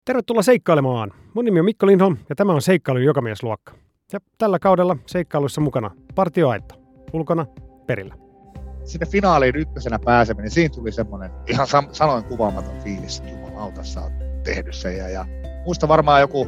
Tervetuloa seikkailemaan. Mun nimi on Mikko Lindholm ja tämä on Seikkailun jokamiesluokka. Ja tällä kaudella seikkailuissa mukana partioaitta, ulkona, perillä. Sinne finaaliin ykkösenä pääseminen, siinä tuli semmoinen ihan sanoin kuvaamaton fiilis, että jumalauta sä oot tehnyt sen. Ja muista varmaan joku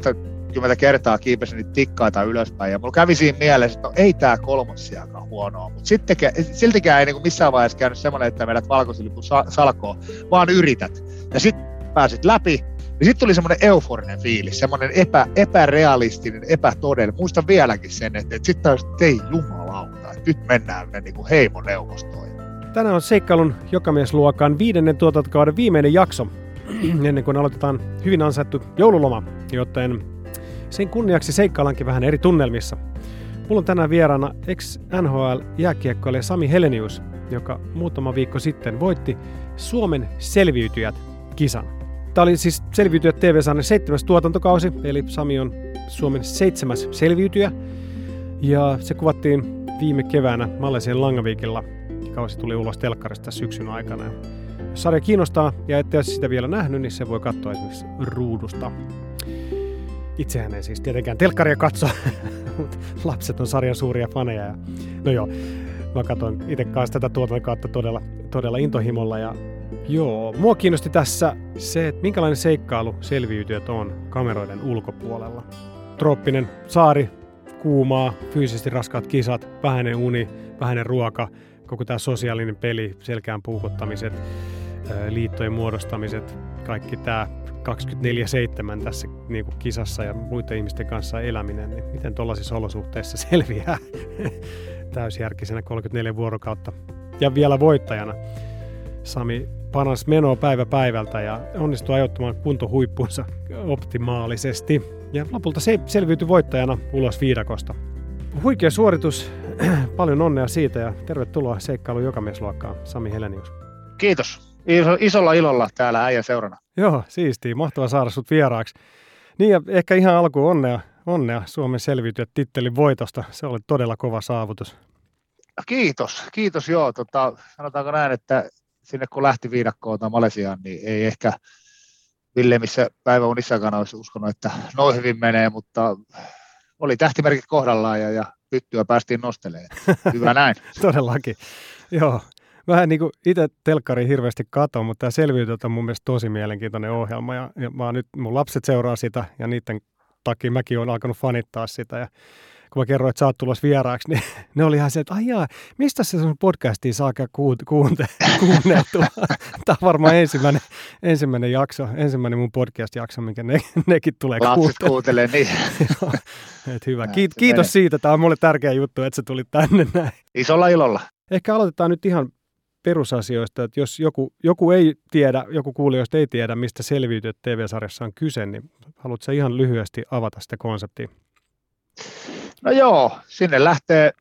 20 kertaa kiipesin niitä tikkaita ylöspäin ja mulla kävi siinä mielessä, että no ei tää kolmossiakaan huonoa, mutta siltikään ei niin missään vaiheessa käynyt semmoinen, että vedät valkoisilipun salkoon, vaan yrität. Ja sitten pääsit läpi. Ja sitten tuli semmoinen euforinen fiilis, semmoinen epärealistinen, epätodellinen. Muistan vieläkin sen, että sitten taas, että ei jumalauta, että nyt mennään niin kuin heimoneuvostoon. Tänään on Seikkailun jokamiesluokan 5. tuotantokauden viimeinen jakso, ennen kuin aloitetaan hyvin ansaittu joululoma, joten sen kunniaksi seikkaillaankin vähän eri tunnelmissa. Mulla on tänään vieraana ex-NHL-jääkiekkoilija Sami Helenius, joka muutama viikko sitten voitti Suomen selviytyjät-kisan. Tämä oli siis Selviytyjät TV-sarjan 7. tuotantokausi, eli Sami on Suomen 7. selviytyjä. Ja se kuvattiin viime keväänä Malesian Langavikilla. Kausi tuli ulos telkkarista syksyn aikana. Jos sarja kiinnostaa ja ette ole sitä vielä nähnyt, niin se voi katsoa esimerkiksi ruudusta. Itsehän ei siis tietenkään telkkaria katso, mutta lapset on sarjan suuria faneja. Ja no joo, mä katsoin itse kanssa tätä tuotantokautta todella intohimolla. Ja joo, mua kiinnosti tässä se, että minkälainen seikkailu selviytyjät on kameroiden ulkopuolella. Trooppinen saari, kuumaa, fyysisesti raskaat kisat, vähäinen uni, vähäinen ruoka, koko tämä sosiaalinen peli, selkään puukottamiset, liittojen muodostamiset, kaikki tämä 24/7 tässä niin kuin kisassa ja muiden ihmisten kanssa eläminen, niin miten tuollaisissa olosuhteissa selviää täysjärkisenä 34 vuorokautta ja vielä voittajana. Sami panas menoa päivä päivältä ja onnistui ajoittamaan kuntohuippunsa optimaalisesti. Ja lopulta se selviytyi voittajana ulos viidakosta. Huikea suoritus, paljon onnea siitä ja tervetuloa Seikkailun jokamiesluokkaan, Sami Helenius. Kiitos. Isolla ilolla täällä äijän seurana. Joo, siistiä. Mahtavaa saada sut vieraaksi. Niin ja ehkä ihan alkuun onnea Suomen selviytyjät tittelin voitosta. Se oli todella kova saavutus. Kiitos joo. Sanotaanko näin, että sinne kun lähti viidakkoon tai Malesiaan, niin ei ehkä Vilhelmissä päiväunissakaan olisi uskonut, että noin hyvin menee, mutta oli tähtimerkit kohdallaan ja pyttyä päästiin nostelemaan. Hyvä näin. Todellakin, joo. Vähän niin kuin itse telkkariin hirveästi katon, mutta tämä Selviytyjät on mun mielestä tosi mielenkiintoinen ohjelma ja nyt mun lapset seuraa sitä ja niiden takia mäkin olen alkanut fanittaa sitä ja kun mä kerroin, että sä oot tulossa vieraaksi, niin ne oli ihan se, että aijaa, mistä se sun podcastiin saa kuunneltua? Tämä on varmaan ensimmäinen jakso, ensimmäinen mun podcast-jakso, minkä nekin tulee kuuntelemaan. Lapset kuuntelee niin. Hyvä. Kiitos siitä. Tämä on mulle tärkeä juttu, että sä tulit tänne näin. Isolla ilolla. Ehkä aloitetaan nyt ihan perusasioista, että jos joku ei tiedä, joku kuulijoista ei tiedä, mistä Selviytyjät TV-sarjassa on kyse, niin haluatko sä ihan lyhyesti avata sitä konseptia? No joo, sinne lähtee,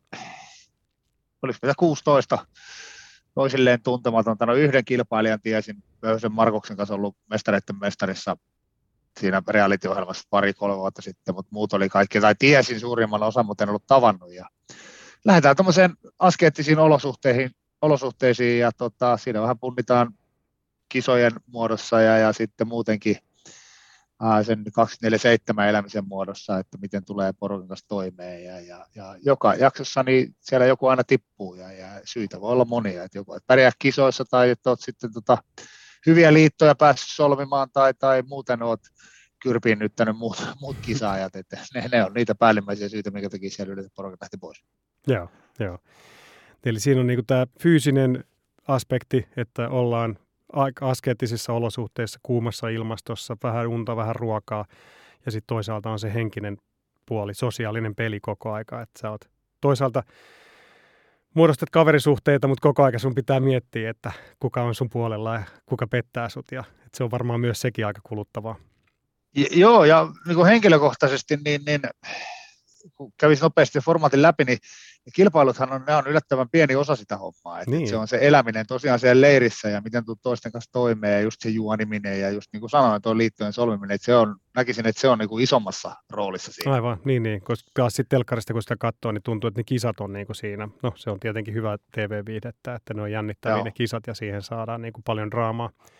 oliko mitä 16 toisilleen tuntematonta. No yhden kilpailijan tiesin, Pöyhösen Markuksen kanssa ollut mestareiden mestarissa siinä reality-ohjelmassa 2-3 vuotta sitten, mutta muut oli kaikki, tai tiesin suurimman osan, mutta en ollut tavannut. Ja lähdetään tuommoiseen askeettisiin olosuhteisiin ja siinä vähän punnitaan kisojen muodossa ja sitten muutenkin sen 24/7 elämisen muodossa, että miten tulee porukan kanssa toimeen ja joka jaksossa niin siellä joku aina tippuu ja syitä voi olla monia, että joku et pärjää kisoissa tai että olet sitten hyviä liittoja päässyt solmimaan tai muuten olet kyrpiinnyttänyt muut kisaajat, että ne on niitä päällimmäisiä syitä, minkä takia siellä yleensä porukan lähti pois. Joo. Eli siinä on niinku tämä fyysinen aspekti, että ollaan aika askeettisissa olosuhteissa, kuumassa ilmastossa, vähän unta, vähän ruokaa. Ja sitten toisaalta on se henkinen puoli, sosiaalinen peli koko aika. Että sä oot toisaalta muodostat kaverisuhteita, mutta koko aika sun pitää miettiä, että kuka on sun puolella ja kuka pettää sut. Ja että se on varmaan myös sekin aika kuluttavaa. Joo, ja niin kuin henkilökohtaisesti, niin kun kävisi nopeasti formaatin läpi, niin kilpailuthan on yllättävän pieni osa sitä hommaa. Että se on se eläminen tosiaan siellä leirissä ja miten tulet toisten kanssa toimeen ja just se juoniminen ja just niin kuin sanoin, tuo liittojen solmiminen, että näkisin, että se on niin kuin isommassa roolissa siinä. Aivan, niin. Koska sitten telkkarista kun sitä katsoo, niin tuntuu, että ne kisat on niin kuin siinä. No se on tietenkin hyvä TV-viihdettä, että ne on jännittäviä ne kisat ja siihen saadaan niin kuin paljon draamaa.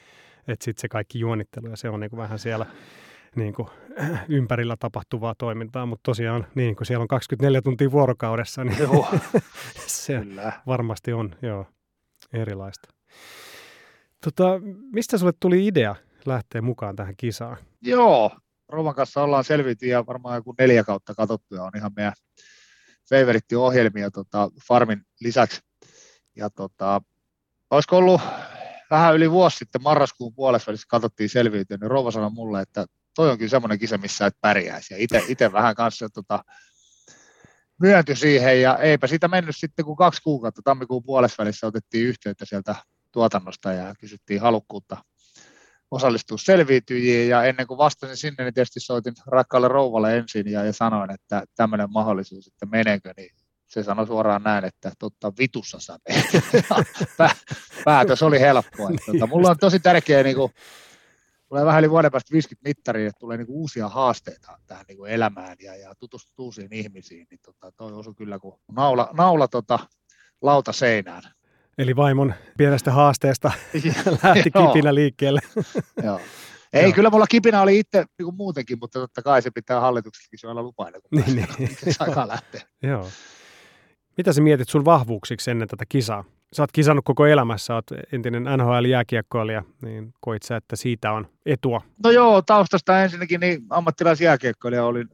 että sitten se kaikki juonittelu ja se on niin kuin vähän siellä niin kuin ympärillä tapahtuvaa toimintaa, mutta tosiaan niin kun siellä on 24 tuntia vuorokaudessa, niin se kyllä varmasti on erilaista. Mistä sulle tuli idea lähteä mukaan tähän kisaan? Joo, Rovan kanssa ollaan selviyty ja varmaan joku 4 kautta katsottu ja on ihan meidän favoritti-ohjelmia Farmin lisäksi. Ja olisiko ollut vähän yli vuosi sitten marraskuun puolessavälissä katsottiin selviytyä, niin Rova sanoi mulle, että toi on kyllä semmoinen kisa, missä et pärjäisi. Ja itse vähän kanssa myöntyi siihen ja eipä siitä mennyt sitten kuin 2 kuukautta. Tammikuun puolessavälissä otettiin yhteyttä sieltä tuotannosta ja kysyttiin halukkuutta osallistua selviytyjiin ja ennen kuin vastasin sinne, niin tietysti soitin rakkaalle rouvalle ensin ja sanoin, että tämmöinen mahdollisuus, että menenkö, niin se sanoi suoraan näin, että totta vitussa sä menet. Päätös oli helppoa. Mulla on tosi tärkeä, niin kuin, tulee vähän yli vuoden päästä 50 mittariin, että tulee niin kuin uusia haasteita tähän niin kuin elämään ja tutustuu uusiin ihmisiin, niin toi osui kyllä kuin naula lauta seinään. Eli vaimon pienestä haasteesta lähti kipinä liikkeelle. Joo. Ei, kyllä mulla kipinä oli itse niin muutenkin, mutta totta kai se pitää hallituksellekin syödä lupailla, kun se aikaa lähtee. Joo. Mitä sä mietit sun vahvuuksiksi ennen tätä kisaa? Sä oot kisannut koko elämässä, oot entinen NHL-jääkiekkoilija, niin koit sä, että siitä on etua? No joo, taustasta ensinnäkin niin ammattilaisjääkiekkoilija olin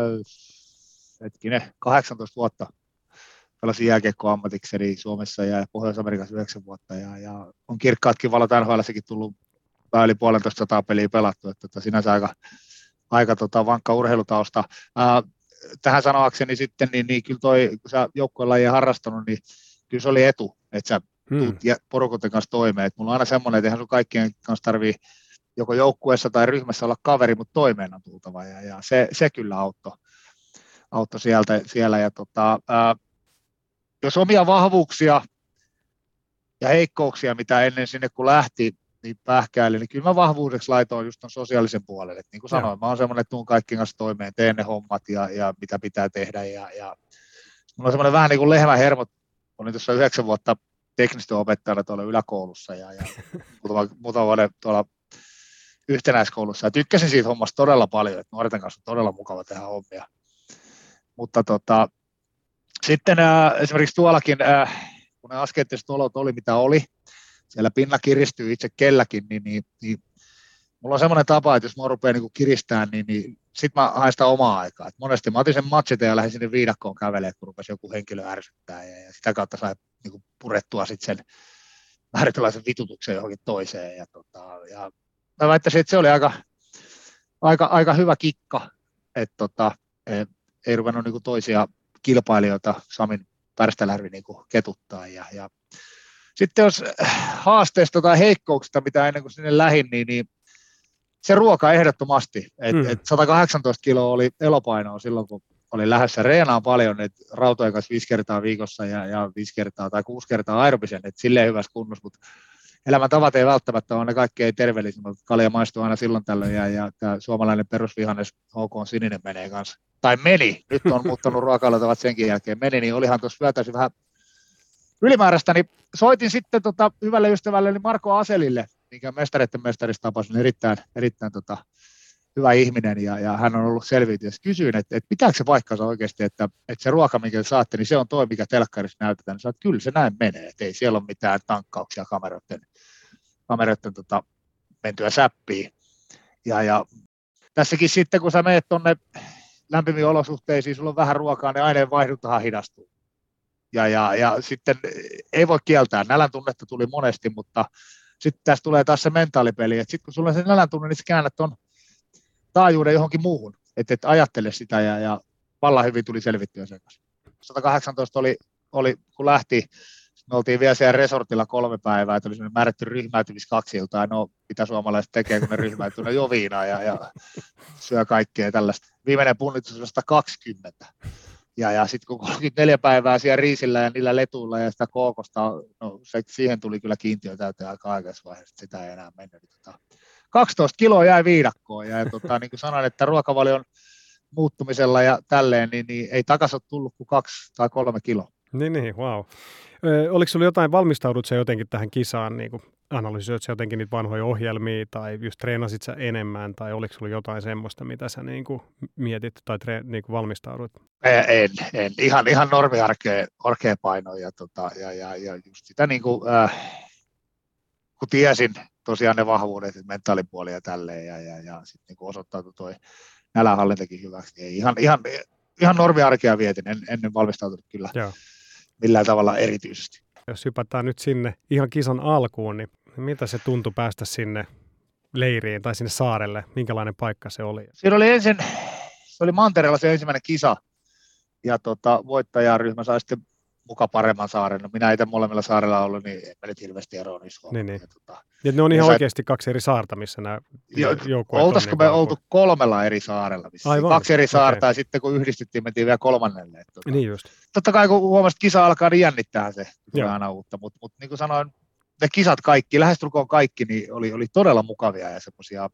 18 vuotta. Pelasin jääkiekkoa ammatikseni Suomessa ja Pohjois-Amerikassa 9 vuotta ja on kirkkaatkin valot NHL:ssäkin tullut yli 150 peliä pelattu, että sinänsä aika vankka urheilutausta. Tähän sanoakseni sitten, niin kyllä toi, kun sä joukkuelajia harrastanut, niin kyllä se oli etu, että sä tuut porukoiden kanssa toimeen. Et mulla on aina semmoinen, että eihän sun kaikkien kanssa tarvii joko joukkueessa tai ryhmässä olla kaveri, mutta toimeen on tultava ja se kyllä auttoi siellä. Ja jos omia vahvuuksia ja heikkouksia, mitä ennen sinne kun lähti, niin pähkäili, niin kyllä mä vahvuudeksi laitoin just ton sosiaalisen puolelle. Et niin kuin sanoin, mä oon semmoinen, että tuun kaikkien kanssa toimeen, teen ne hommat ja mitä pitää tehdä. Ja mulla on semmoinen vähän niin kuin lehmähermot, olin tuossa 9 vuotta teknistön opettajana tuolla yläkoulussa ja muutama vuoden tuolla yhtenäiskoulussa. Ja tykkäsin siitä hommasta todella paljon, että nuorten kanssa on todella mukava tehdä hommia. Mutta sitten esimerkiksi tuollakin, kun ne askeettiset olot oli mitä oli, siellä pinna kiristyy itse kelläkin, niin mulla on semmoinen tapa, että jos mä rupean niin kiristämään, niin sit mä haen sitä omaa aikaa. Et monesti mä otin sen matsit ja lähdin sinne viidakkoon kävelemään, kun rupesi joku henkilö ärsyttää ja sitä kautta sai niin purettua sit sen määritynlaisen vitutuksen johonkin toiseen. Ja mä väittäisin, että se oli aika hyvä kikka, että ei ruvennut niin toisia kilpailijoita Samin Pärstälärvi niin ketuttaa. Ja sitten jos haasteesta tai heikkouksista, mitä ennen kuin sinne lähdin, niin se ruoka ehdottomasti. 118 kiloa oli elopainoa silloin, kun olin lähdössä reenaan paljon, että rautojen kanssa 5 kertaa viikossa ja 5 kertaa tai 6 kertaa aerobisen, että silleen hyvässä kunnossa, mutta elämäntavat ei välttämättä ole ne kaikkein terveellisimmät. Kalja maistuu aina silloin tällöin ja tämä suomalainen perusvihannes HK Sininen menee kanssa. Tai meni, nyt on muuttanut ruokailutavat senkin jälkeen, niin olihan tuossa vyötäisi vähän ylimääräistä, niin soitin sitten hyvälle ystävälle Marko Aselille, minkä mestareiden mestarista tapasin, erittäin hyvä ihminen ja hän on ollut selviytyessä. Kysyin, että pitääkö se paikkansa oikeasti, että se ruoka, minkä saatte, niin se on toi, mikä telkkarissa näytetään. Niin sanoin, että kyllä se näin menee, että ei siellä ole mitään tankkauksia kameroiden mentyä säppiin. Ja tässäkin sitten, kun sä menet tuonne lämpimiin olosuhteisiin, sulla on vähän ruokaa, niin aineenvaihduntahan hidastuu. Ja sitten ei voi kieltää, nälän tunnetta tuli monesti, mutta sitten tässä tulee taas se mentaalipeli, että sitten kun sulla on se nälän tunne, niin sä käännät ton taajuuden johonkin muuhun, että ajattele sitä ja vallan hyvin tuli selvittyä sen kanssa. 118 oli kun lähti, me oltiin vielä siellä resortilla 3 päivää, että oli semmoinen määrätty ryhmäytymiskaksilta, no mitä suomalaiset tekee, kun ne ryhmäytyy, ne jo viinaa ja syö kaikkea tällaista. Viimeinen punnitus oli 120. Ja sitten kun 34 päivää siellä riisillä ja niillä letuilla ja sitä kookosta, no siihen tuli kyllä kiintiö täyteen aika aikaisessa vaiheessa, sitä ei enää mennyt. 12 kiloa jäi viidakkoon ja niin kuin sanoin, että ruokavalion muuttumisella ja tälleen, niin ei takaisin ole tullut kuin 2 tai 3 kiloa. Niin, wow. Oliko sinulla jotain, valmistaudut sä jotenkin tähän kisaan niin kuin analysoit sä jotenkin niitä vanhoja ohjelmia tai just treenasit sä enemmän tai oliko sulla jotain semmoista, mitä sä niinku mietit tai niinku valmistaudut? En. Ihan normiarkea painoa ja just sitä niinku, kun tiesin tosiaan ne vahvuudet, mentaalipuoli ja tälleen ja sitten niinku osoittautui toi nälänhallintakin hyväksi, niin ihan normiarkea vietin, ennen valmistautunut kyllä Joo. millään tavalla erityisesti. Jos hypätään nyt sinne ihan kisan alkuun, niin miltä se tuntui päästä sinne leiriin tai sinne saarelle? Minkälainen paikka se oli? Siinä oli se oli mantereella se ensimmäinen kisa ja voittajaryhmä sai sitten muka paremman saaren. No, minä itse molemmilla saarella ollut, niin en mä nyt hirveästi eroa niissä niin. Ja ne on ihan oikeasti kaksi eri saarta, missä nämä joukkueet on. Oltaisiko me oltu 3 eri saarella? Aivan. 2 eri saarta ja sitten kun yhdistettiin, mentiin vielä 3. Niin just. Totta kai kun huomasit, että kisa alkaa, niin jännittää se aina uutta. Mutta niin kuin sanoin, ne kisat kaikki, lähestulkoon kaikki, niin oli todella mukavia ja semmoisia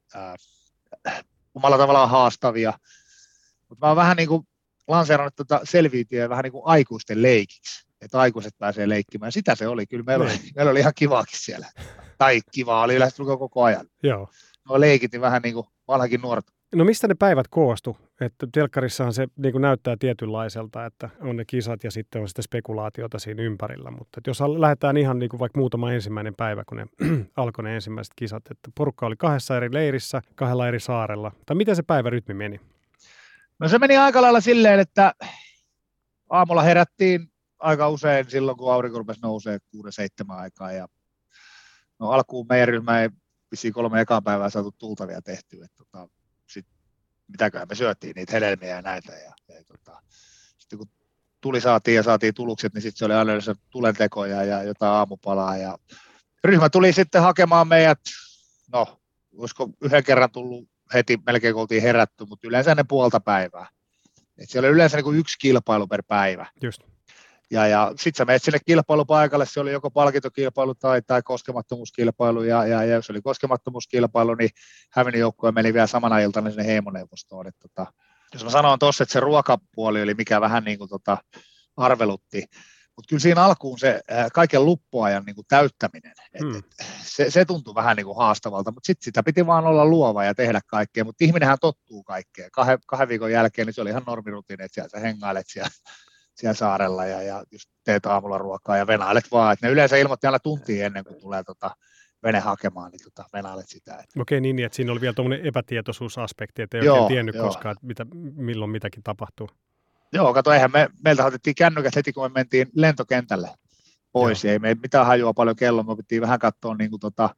omalla tavallaan haastavia. Mutta mä oon vähän niin kuin lanseerannut selviytyjä vähän niin kuin aikuisten leikiksi, että aikuiset pääsee leikkimään. Sitä se oli. Kyllä meillä oli ihan kivaakin siellä. Tai kivaa oli lähestulkoon koko ajan. Joo. No leikit niin vähän niin kuin vanhakin nuoret. No mistä ne päivät koostu? Että telkkarissahan se niin kuin näyttää tietynlaiselta, että on ne kisat ja sitten on sitä spekulaatiota siinä ympärillä. Mutta jos lähdetään ihan niin kuin vaikka muutama ensimmäinen päivä, kun ne alkoi ne ensimmäiset kisat, että porukka oli 2 eri leirissä, 2 eri saarella. Tai miten se päivärytmi meni? No se meni aika lailla silleen, että aamulla herättiin aika usein silloin, kun aurinko rupesi nousee 6-7 aikaa. Ja no alkuun meidän ryhmä ei vissiin 3 ekaa päivää saatu tultavia tehtyä. Sitten mitäköhän me syöttiin niitä hedelmiä ja näitä. Sitten kun saatiin tulukset, niin sitten se oli aina se tulentekoja ja jotain aamupalaa. Ja ryhmä tuli sitten hakemaan meidät, no olisiko 1 kerran tullut heti melkein kun oltiin herätty, mutta yleensä ne puolta päivää. Et siellä oli yleensä niin kuin 1 kilpailu per päivä. Just. Ja sitten sä menet sinne kilpailupaikalle, se oli joko palkintokilpailu tai koskemattomuuskilpailu, ja jos oli koskemattomuuskilpailu, niin hävinnyt joukkue meni vielä samana iltana sinne heimoneuvostoon. Jos mä sanon tuossa, että se ruokapuoli oli mikä vähän niin kuin arvelutti, mutta kyllä siinä alkuun se kaiken luppuajan niin kuin täyttäminen, se tuntui vähän niin kuin haastavalta, mutta sitten sitä piti vaan olla luova ja tehdä kaikkea, mutta ihminenhän tottuu kaikkeen. 2 viikon jälkeen niin se oli ihan normirutiini, että siellä sä hengailet siellä saarella ja just teet aamulla ruokaa ja venailet vaan, että ne yleensä ilmoitti aina tuntia ennen kuin tulee vene hakemaan, niin venailet sitä. Okei, niin, että siinä oli vielä tuommoinen epätietoisuusaspekti, että ei oikein tiennyt koskaan, että milloin mitäkin tapahtuu. Joo, kato, meiltä otettiin kännykät heti, kun me mentiin lentokentälle pois, ei meillä mitään hajua paljon kello, me pittiin vähän katsoa niin kuin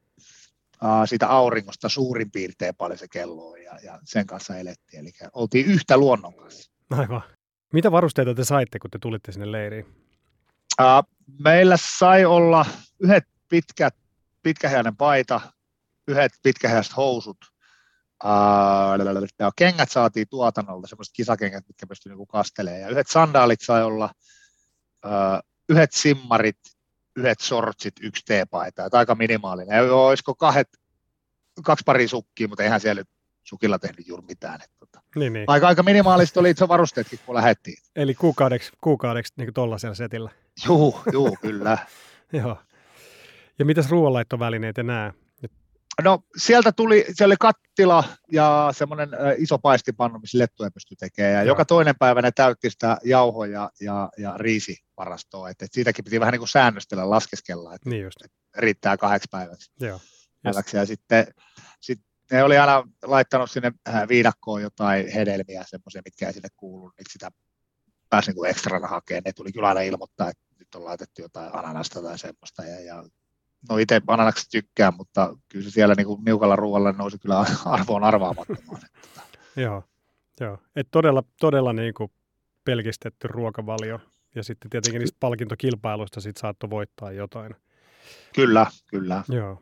siitä auringosta suurin piirtein paljon se kello on, ja sen kanssa elettiin, eli oltiin yhtä luonnon kanssa. Aivan. Mitä varusteita te saitte, kun te tulitte sinne leiriin? Meillä sai olla 1 pitkähäinen paita, 1 pitkähäiset housut. Kengät saatiin tuotannolta, semmoiset kisakengät, mitkä pystyi niinku kastelemaan. Ja 1 sandaalit sai olla, 1 simmarit, 1 sortsit, 1 teepaita. Aika minimaalinen. Ja olisiko 2 paria sukkia, mutta eihän siellä sukilla tehnyt juuri mitään. Niin. Aika minimaalista oli itse varusteetkin, kun lähdettiin. Eli kuukaudeksi niin kuin tuollaisella setillä. Juu, kyllä. Joo. Ja mitäs ruoanlaittovälineet enää? No sieltä se oli kattila ja semmoinen iso paistipannu, missä lettuja pystyi tekemään. Ja joka toinen päivä ne täytti sitä jauhoja ja riisivarastoa. Et siitäkin piti vähän niin kuin säännöstellä, laskeskella, että niin riittää 8 päiväksi. Joo. Ja sitten ne oli aina laittanut sinne viidakkoon jotain hedelmiä, semmoisia, mitkä ei sinne kuulu, niin sitä pääsi niin kuin ekstrana hakemaan. Ne tuli kyllä aina ilmoittaa, että nyt on laitettu jotain ananasta tai semmoista. No itse ananakset tykkään, mutta kyllä se siellä niin kuin niukalla ruoalla nousi kyllä arvoon arvaamattomaan. Joo. Et todella niin kuin pelkistetty ruokavalio. Ja sitten tietenkin niistä palkintokilpailuista sit saattoi voittaa jotain. Kyllä. Joo.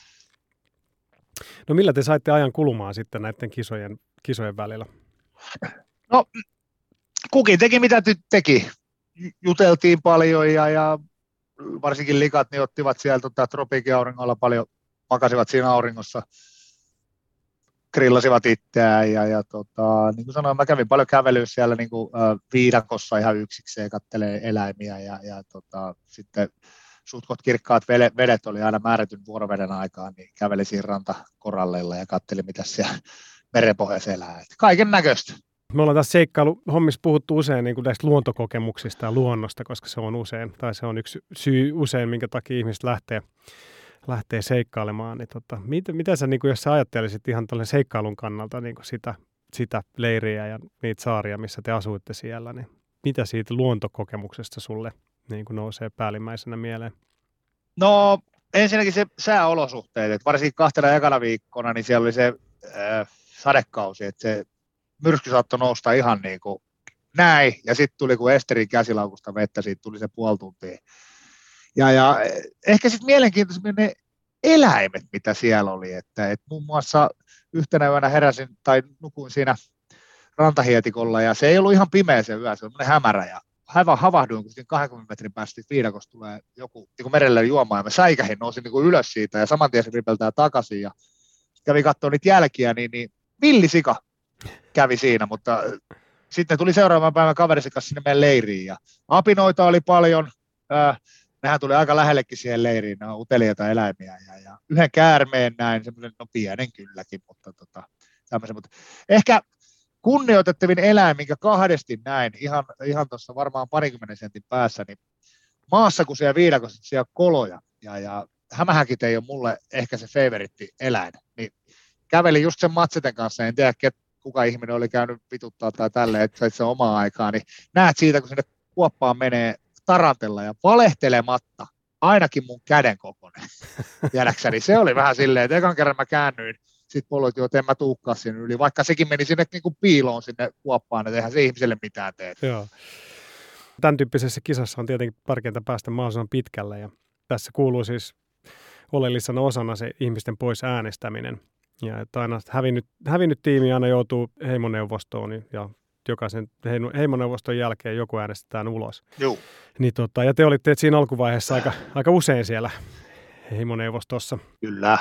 No millä te saitte ajan kulumaan sitten näiden kisojen välillä? No kukin teki mitä teki. Juteltiin paljon ja varsinkin likat niin ottivat sieltä tropiikiauringolla paljon, makasivat siinä auringossa, grillasivat itseään ja niin kuin sanoin, mä kävin paljon kävelyä siellä niin kuin, viidakossa ihan yksikseen, kattelee eläimiä ja sitten sutkot kirkkaat vedet oli aina määrätyn vuoroveden aikaan, niin käveli siinä rantakoralleilla ja katseli, mitä siellä merenpohjassa elää. Kaiken näköistä. Me ollaan tässä seikkailuhommissa puhuttu usein niin kuin näistä luontokokemuksista ja luonnosta, koska se on usein, tai se on yksi syy usein, minkä takia ihmiset lähtee seikkailemaan. Niin mitä sä, niin kuin, jos sä ajattelisit ihan tällainen seikkailun kannalta niin kuin sitä leiriä ja niitä saaria, missä te asuitte siellä, niin mitä siitä luontokokemuksesta sulle niin kuin nousee päällimmäisenä mieleen? No ensinnäkin se sääolosuhteet, että varsinkin 2 ekana viikkona, niin siellä oli se sadekausi, että se myrsky saattoi nousta ihan niin kuin näin, ja sitten tuli kun Esterin käsilaukusta vettä, siitä tuli se puoli tuntia. Ja ehkä sitten mielenkiintoisemmin ne eläimet, mitä siellä oli, että muun muassa yhtenä yönä heräsin tai nukuin siinä rantahietikolla, ja se ei ollut ihan pimeä se yö, se oli hämärä, ja havahduin, kun 20 metrin päästä viidakosta tulee joku niin merelle juomaan, ja mä säikähin, nousin niin kuin ylös siitä, ja saman tien se ripeltää takaisin, ja kävin katsoa niitä jälkiä, niin villisika kävi siinä, mutta sitten tuli seuraavan päivän kaverisen kanssa sinne meidän leiriin, ja apinoita oli paljon, nehän tuli aika lähellekin siihen leiriin, ne on uteliaita eläimiä, ja yhden käärmeen näin, semmoisen, no pienen kylläkin, mutta ehkä kunnioitettavin eläin, minkä kahdesti näin, ihan tuossa varmaan 20 sentin päässä, niin maassa, kun siellä viidakossa siellä koloja, ja hämähäkit ei ole mulle ehkä se favoritti eläin, niin kävelin just sen matseten kanssa, en tiedä kuka ihminen oli käynyt vituttaa tai tälleen, että sait sen omaa aikaa, niin näet siitä, kun sinne kuoppaan menee tarantella ja valehtelematta, ainakin mun käden kokoinen, tiedäkseni, se oli vähän silleen, että ekan kerran mä käännyin, sitten mulla oli, että en mä tuukkaa sinne yli, vaikka sekin meni sinne niin kuin piiloon sinne kuoppaan, että eihän se ihmiselle mitään tee. Joo. Tämän tyyppisessä kisassa on tietenkin tärkeintä päästä mahdollisimman pitkälle, ja tässä kuuluu siis oleellisena osana se ihmisten pois äänestäminen. Ja että aina hävinnyt tiimi aina joutuu heimoneuvostoon, ja jokaisen heimoneuvoston jälkeen joku äänestetään ulos. Joo. Niin ja te olitte siinä alkuvaiheessa aika usein siellä heimoneuvostossa. Kyllä.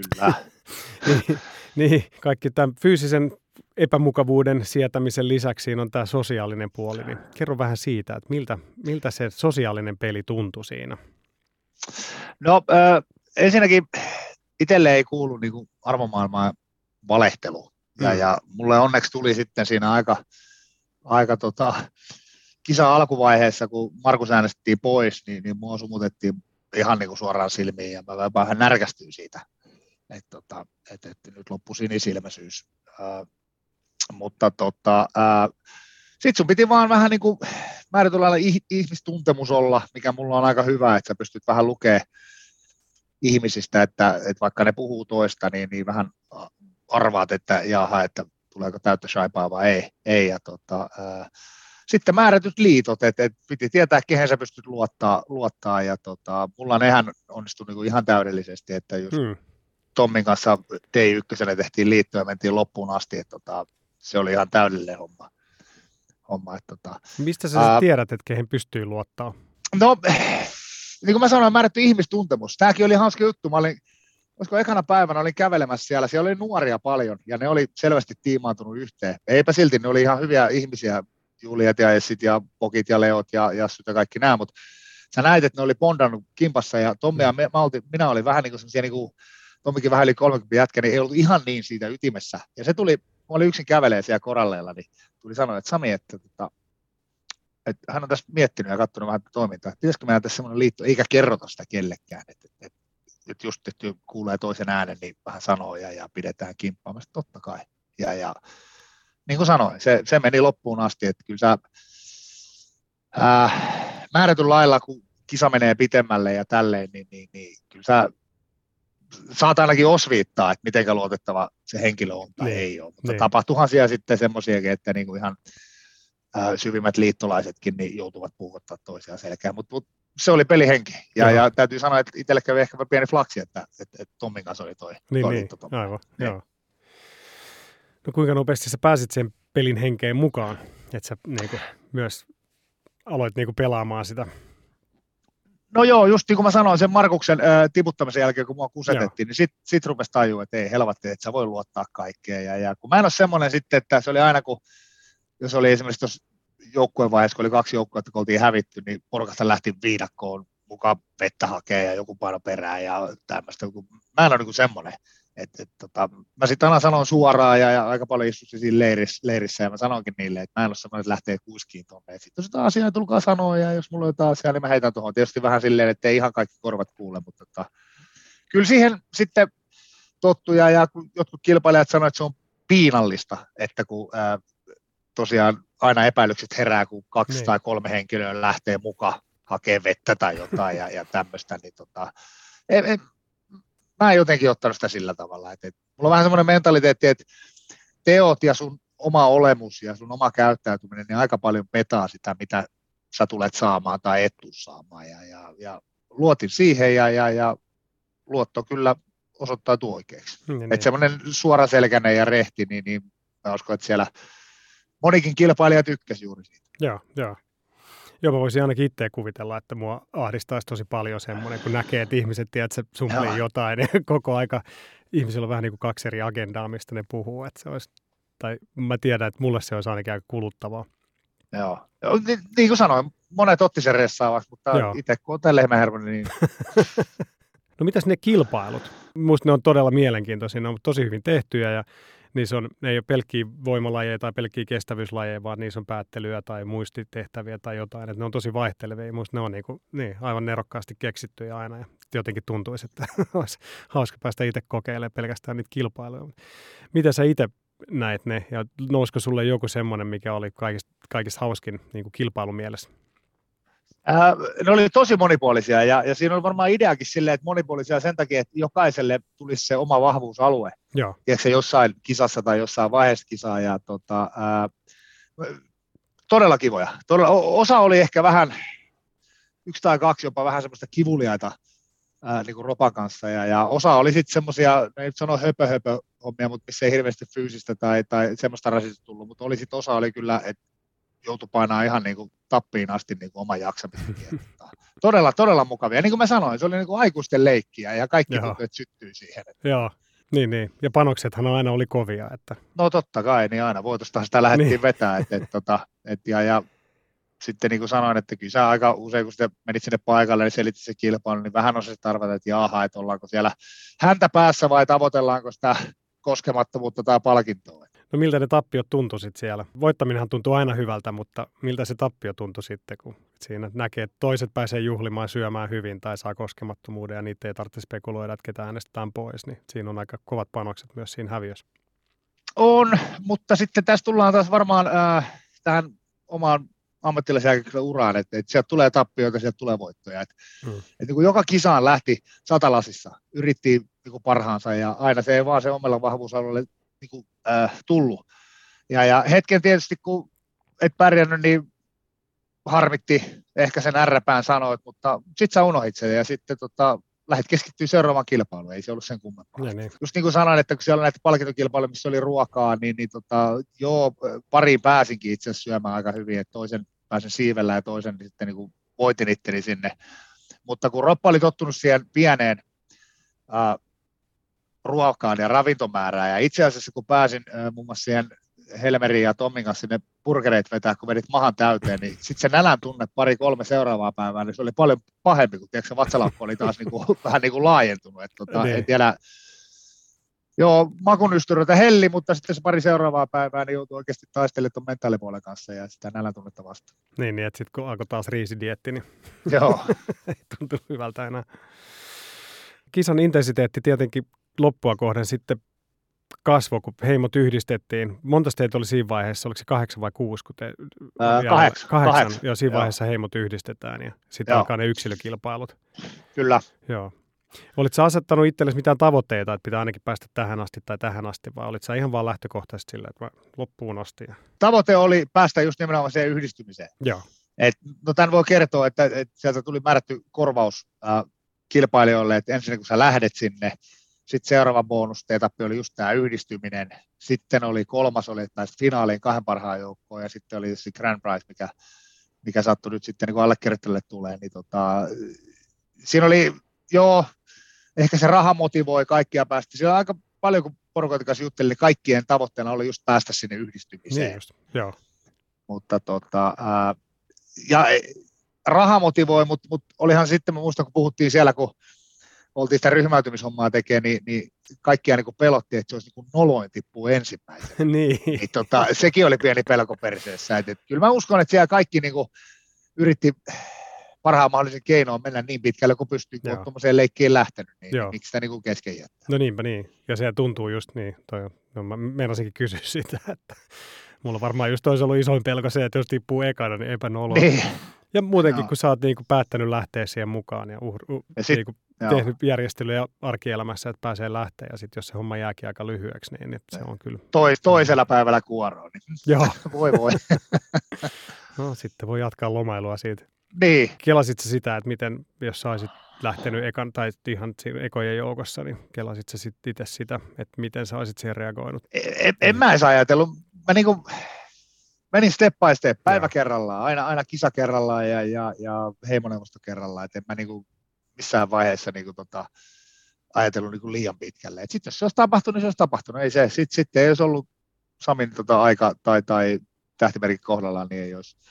niin, kaikki tämän fyysisen epämukavuuden sietämisen lisäksi on tämä sosiaalinen puoli. Niin kerro vähän siitä, että miltä se sosiaalinen peli tuntui siinä? No ensinnäkin itselle ei kuulu niin kuin arvomaailmaan valehtelu. Ja mulle onneksi tuli sitten siinä aika kisa alkuvaiheessa, kun Markus äänestettiin pois, niin mua sumutettiin ihan niin kuin suoraan silmiin, ja mä vähän närkästyin siitä, että nyt loppui sinisilmäisyys. Mutta sitten sun piti vaan vähän niin kuin määrätyllä lailla ihmistuntemus olla, mikä mulla on aika hyvä, että sä pystyt vähän lukemaan ihmisistä, että vaikka ne puhuu toista, niin vähän arvaat, että tuleeko täyttä shaipaa vai ei. Ja sitten määrätyt liitot, että piti tietää, kehen sä pystyt luottaa ja mulla nehän onnistui niinku ihan täydellisesti, että just Tommin kanssa T1 tehtiin liittoa ja mentiin loppuun asti, että se oli ihan täydellinen homma. Mistä sä tiedät, että kehen pystyy luottaa? No, niin kuin mä sanoin, määrätty ihmistuntemus. Tämäkin oli hauska juttu. Mä olin, koska ekana päivänä olin kävelemässä siellä oli nuoria paljon ja ne oli selvästi tiimaantunut yhteen. Eipä silti, ne oli ihan hyviä ihmisiä, Juliet ja Essit ja Pokit ja Leot ja Jassut ja kaikki nämä, mutta sä näit, että ne oli bondannut kimpassa ja Tommi ja minä olin vähän niin kuin semmoisia, niin kuin Tommikin vähän yli 30 jätkä, niin ei ollut ihan niin siitä ytimessä. Ja se tuli, mä olin yksin kävelee siellä koralleilla, niin tuli sanoa, että Sami, että hän on tässä miettinyt ja katsonut vähän toimintaa, että pitäisikö meidän tässä semmoinen liitto, eikä kerrota sitä kellekään, että just että kuulee toisen äänen, niin vähän sanoo ja pidetään kimppaamassa, totta kai. Ja niin kuin sanoin, se meni loppuun asti, että kyllä sä määrätyn lailla, kun kisa menee pitemmälle ja tälleen, niin kyllä sä saat ainakin osviittaa, että miten luotettava se henkilö on tai ei ole. Mutta tapahtuuhan siellä sitten semmoisiakin, että niin kuin ihan syvimmät liittolaisetkin niin joutuvat puhuttaa toisiaan selkään, mutta se oli pelihenki. Ja täytyy sanoa, että itselle kävi ehkä pieni flaksi, että Tommin kanssa oli toi liitto. Aivan, joo. No kuinka nopeasti sä pääsit sen pelin henkeen mukaan, että sä niinku myös aloit niinku pelaamaan sitä? No joo, just niin kuin mä sanoin, sen Markuksen tiputtamisen jälkeen, kun mua kusetettiin, niin sit rupesi tajua, että ei helvatti, että sä voi luottaa kaikkeen. Ja kun mä en ole semmoinen sitten, että se oli aina, jos oli esimerkiksi tuossa joukkueen vaiheessa, kun oli 2 joukkuetta, kun oltiin hävitty, niin porukasta lähti viidakkoon mukaan vettä hakee ja joku paino perään ja tämmöistä. Mä en ole niin semmoinen. Mä sitten aina sanon suoraan ja aika paljon istusin siinä leirissä ja mä sanoinkin niille, että mä en ole semmoinen, että lähtee kuiskiin tuonne. Sitten jos jotain asiaa tulkaa sanoa ja jos mulla on jotain asiaa, niin mä heitän tuohon. Tietysti vähän silleen, että ei ihan kaikki korvat kuule, mutta kyllä siihen sitten tottuja ja jotkut kilpailijat sanoivat, että se on piinallista, että kun tosiaan aina epäilykset herää, kun 2 tai 3 henkilöä lähtee mukaan hakee vettä tai jotain ja tämmöistä, niin mä en jotenkin ottanut sitä sillä tavalla, että mulla on vähän semmoinen mentaliteetti, että teot ja sun oma olemus ja sun oma käyttäytyminen, niin aika paljon petaa sitä, mitä sä tulet saamaan tai et tule saamaan, ja luotin siihen, ja luotto kyllä osoittautui oikeaksi. Että semmoinen suoraselkäinen ja rehti, niin mä uskon, että siellä monikin kilpailija tykkäsi juuri siitä. Joo. Joo, mä voisin ainakin itse kuvitella, että mua ahdistaisi tosi paljon semmoinen, kun näkee, että ihmiset tiedät, että se sumplii jotain, ja koko aika ihmisillä on vähän niin kuin 2 eri agendaa, mistä ne puhuu, että se olisi, tai mä tiedän, että mulle se olisi ainakin aika kuluttavaa. Joo, niin kuin sanoin, monet otti sen ressaavaksi, mutta itse kun on tämän lehmähermonen, niin... No mitäs ne kilpailut? Minusta ne on todella mielenkiintoisia, ne on tosi hyvin tehtyjä ja ne ei ole pelkkiä voimalajeja tai pelkkiä kestävyyslajeja, vaan niissä on päättelyä tai muistitehtäviä tai jotain. Että ne on tosi vaihtelevia. Minusta ne on aivan nerokkaasti keksittyjä aina ja jotenkin tuntuisi, että olisi hauska päästä itse kokeilemaan pelkästään niitä kilpailuja. Mitä sä itse näit ne ja nousiko sulle joku semmoinen, mikä oli kaikista hauskin niin kuin kilpailumielessä? Ne oli tosi monipuolisia ja siinä oli varmaan ideakin silleen, että monipuolisia sen takia, että jokaiselle tulisi se oma vahvuusalue. Joo. Tiedätkö, jossain kisassa tai jossain vaiheessa kisaa ja todella kivoja. Osa oli ehkä vähän, 1 tai 2 jopa vähän semmoista kivuliaita niin kuin ropan kanssa ja osa oli sitten semmoisia, ei nyt sano höpö hommia, mutta missä ei hirveästi fyysistä tai semmoista rasista tullut, mutta osa oli kyllä, että joutui painaa ihan niin kuin tappiin asti niin kuin oman jaksamisen. Todella mukavia. Ja niin kuin mä sanoin, se oli niin kuin aikuisten leikkiä ja kaikki tunteet syttyi siihen. Joo, niin. Ja panoksethan aina oli kovia. Että... No totta kai, niin aina vuotostahan sitä lähdettiin vetämään. Ja sitten niin kuin sanoin, että kyllä sä aika usein, kun sitten menit sinne paikalle, niin selitti se kilpailu, niin vähän osasit arvata, että jaha, että ollaanko siellä häntä päässä vai tavoitellaanko sitä koskemattomuutta tai palkintoa. No miltä ne tappiot tuntui sitten siellä? Voittaminenhan tuntuu aina hyvältä, mutta miltä se tappio tuntui sitten, kun siinä näkee, että toiset pääsee juhlimaan, syömään hyvin tai saa koskemattomuuden ja niitä ei tarvitse spekuloida, että ketä äänestetään pois, niin siinä on aika kovat panokset myös siinä häviössä. On, mutta sitten tässä tullaan taas varmaan tähän omaan ammattilaisen uraan, että sieltä tulee tappioita, sieltä tulee voittoja. Että kun joka kisaan lähti satalasissa, yritti niin parhaansa ja aina se ei vaan se omalla vahvuusalueelle niin tullut. Ja hetken tietysti, kun et pärjännyt, niin harmitti ehkä sen ärräpään sanoit, mutta sitten sä unohit sen ja sitten lähdit keskittyä seuraavaan kilpailuun, ei se ollut sen kummempaa. Niin. Just niin kuin sanoin, että kun siellä on näitä palkintokilpailuja, missä oli ruokaa, niin pariin pääsinkin itse asiassa syömään aika hyvin, että toisen pääsin siivellä ja toisen sitten niin kuin voitin itteni sinne. Mutta kun roppa oli tottunut siihen pieneen ruokaan ja ravintomäärään, ja itse asiassa kun pääsin muun muassa siihen Helmerin ja Tommin kanssa sinne burgereit vetää, kun vedit mahan täyteen, niin sitten se nälän tunne 2-3 seuraavaa päivää, niin se oli paljon pahempi, kun tiedätkö, se vatsalaukku oli taas vähän niin kuin laajentunut. En tiedä, makunystyröitä helli, mutta sitten se 2 seuraavaa päivää, niin joutui oikeasti taistelemaan tuon mentaalipuolen kanssa ja sitä nälän tunnetta vastaan. Niin, että sitten kun alkoi taas riisidietti, niin ei tuntunut hyvältä enää. Kisan intensiteetti tietenkin loppua kohden sitten kasvoi, kun heimot yhdistettiin. Monta teitä oli siinä vaiheessa? Oliko se 8 vai 6? 8. Joo, siinä vaiheessa heimot yhdistetään ja sitten alkaa ne yksilökilpailut. Kyllä. Joo. Olitko sä asettanut itsellesi mitään tavoitteita, että pitää ainakin päästä tähän asti, vai olitko sä ihan vaan lähtökohtaisesti sillä, että loppuun asti? Tavoite oli päästä just nimenomaan siihen yhdistymiseen. Joo. Tämän voi kertoa, että sieltä tuli määrätty korvaus kilpailijoille, että ensin kun sä lähdet sinne, sitten seuraava bonusetappi oli just tämä yhdistyminen. Sitten oli 3. oli, että pääsit finaaliin 2 parhaan joukkoon ja sitten oli se Grand Prize, mikä sattui nyt sitten niin allekirjoittajalle tulee. Niin siinä oli, ehkä se raha motivoi kaikkia päästä. Siellä aika paljon, kun porukoiden kanssa juttelin, niin kaikkien tavoitteena oli just päästä sinne yhdistymiseen. Niin just, joo. Mutta ja raha motivoi, mutta olihan sitten, mä muistan, kun puhuttiin siellä, kun oltiin sitä ryhmäytymishommaa tekemään, niin kaikkia niin pelotti, että se olisi niin noloin tippuu ensimmäisenä. Niin. Sekin oli pieni pelko perseessä. Kyllä mä uskon, että siellä kaikki niin yritti parhaan mahdollisen keinoon mennä niin pitkälle, kun pystyy, kun on tuommoiseen leikkiin lähtenyt, niin miksi sitä niin kesken jättää? No niinpä niin, ja se tuntuu just niin. Mä meinasinkin kysyä sitä, että mulla varmaan just olisi ollut isoin pelko se, että jos tippuu ekana, niin epänoloa. Niin. Ja muutenkin, kun sä oot niinku päättänyt lähteä siihen mukaan ja niinku tehnyt järjestelyjä arkielämässä, että pääsee lähteä, ja sitten jos se homma jääkin aika lyhyeksi, niin se on kyllä... Toisella päivällä kuoroon. Niin. Joo. voi. No sitten voi jatkaa lomailua siitä. Niin. Kelasit sä sitä, että miten, jos sä olisit lähtenyt ekan tai ihan ekojen joukossa, niin kelasit sä sitten itse sitä, että miten sä olisit siihen reagoinut? En mä edes ajatellut. Mä niinku menin step by step, päivä kerrallaan, aina kisa kerrallaan ja heimoneuvosto kerrallaan, että en mä niinku missään vaiheessa niinku ajatellut niinku liian pitkälle. Sitten jos se olisi tapahtunut, niin se olisi tapahtunut. Ei se, sitten ei olisi ollut Samin aika tai tähtimerkin kohdallaan, niin ei olisi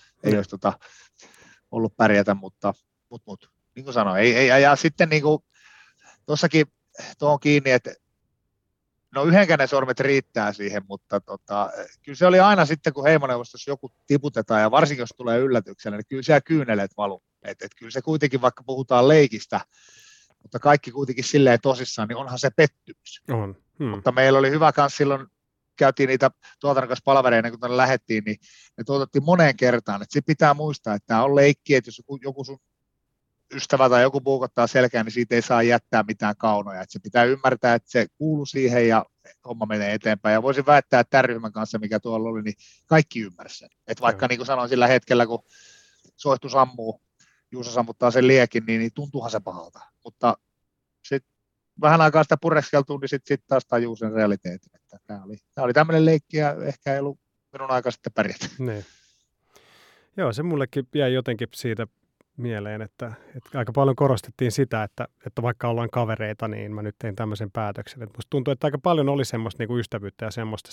ollut pärjätä, mutta niin kuin sanoin, ei ja sitten niinku tuossakin tuohon kiinni, että no yhdenkään ne sormet riittää siihen, mutta kyllä se oli aina sitten, kun heimoneuvostossa joku tiputetaan, ja varsinkin jos tulee yllätyksellä, niin kyllä siellä kyyneleet valuu. Et kyllä se kuitenkin, vaikka puhutaan leikistä, mutta kaikki kuitenkin silleen tosissaan, niin onhan se pettymys. On. Mutta meillä oli hyvä kans silloin, käytiin niitä tuotannon kanssa palavereina, kun tänne lähdettiin, niin ne tuotettiin moneen kertaan. Että sit pitää muistaa, että tämä on leikki, että jos joku sun ystävä tai joku puukottaa selkään, niin siitä ei saa jättää mitään kaunoja. Että se pitää ymmärtää, että se kuuluu siihen ja homma menee eteenpäin. Ja voisin väittää, että tämän ryhmän kanssa, mikä tuolla oli, niin kaikki ymmärsi sen. Että vaikka niin kuin sanoin sillä hetkellä, kun soihtu sammuu, Juuso sammuttaa sen liekin, niin tuntuuhan se pahalta. Mutta sitten vähän aikaa sitä pureskeltua, niin sitten taas tajuu sen realiteetin. Että tämä oli tämmöinen leikki ja ehkä ei ollut minun aika sitten pärjätä. Niin. Joo, se mullekin jäi jotenkin siitä mieleen, että aika paljon korostettiin sitä, että vaikka ollaan kavereita, niin mä nyt tein tämmöisen päätöksen. Että musta tuntuu, että aika paljon oli semmoista niin kuin ystävyyttä ja semmoista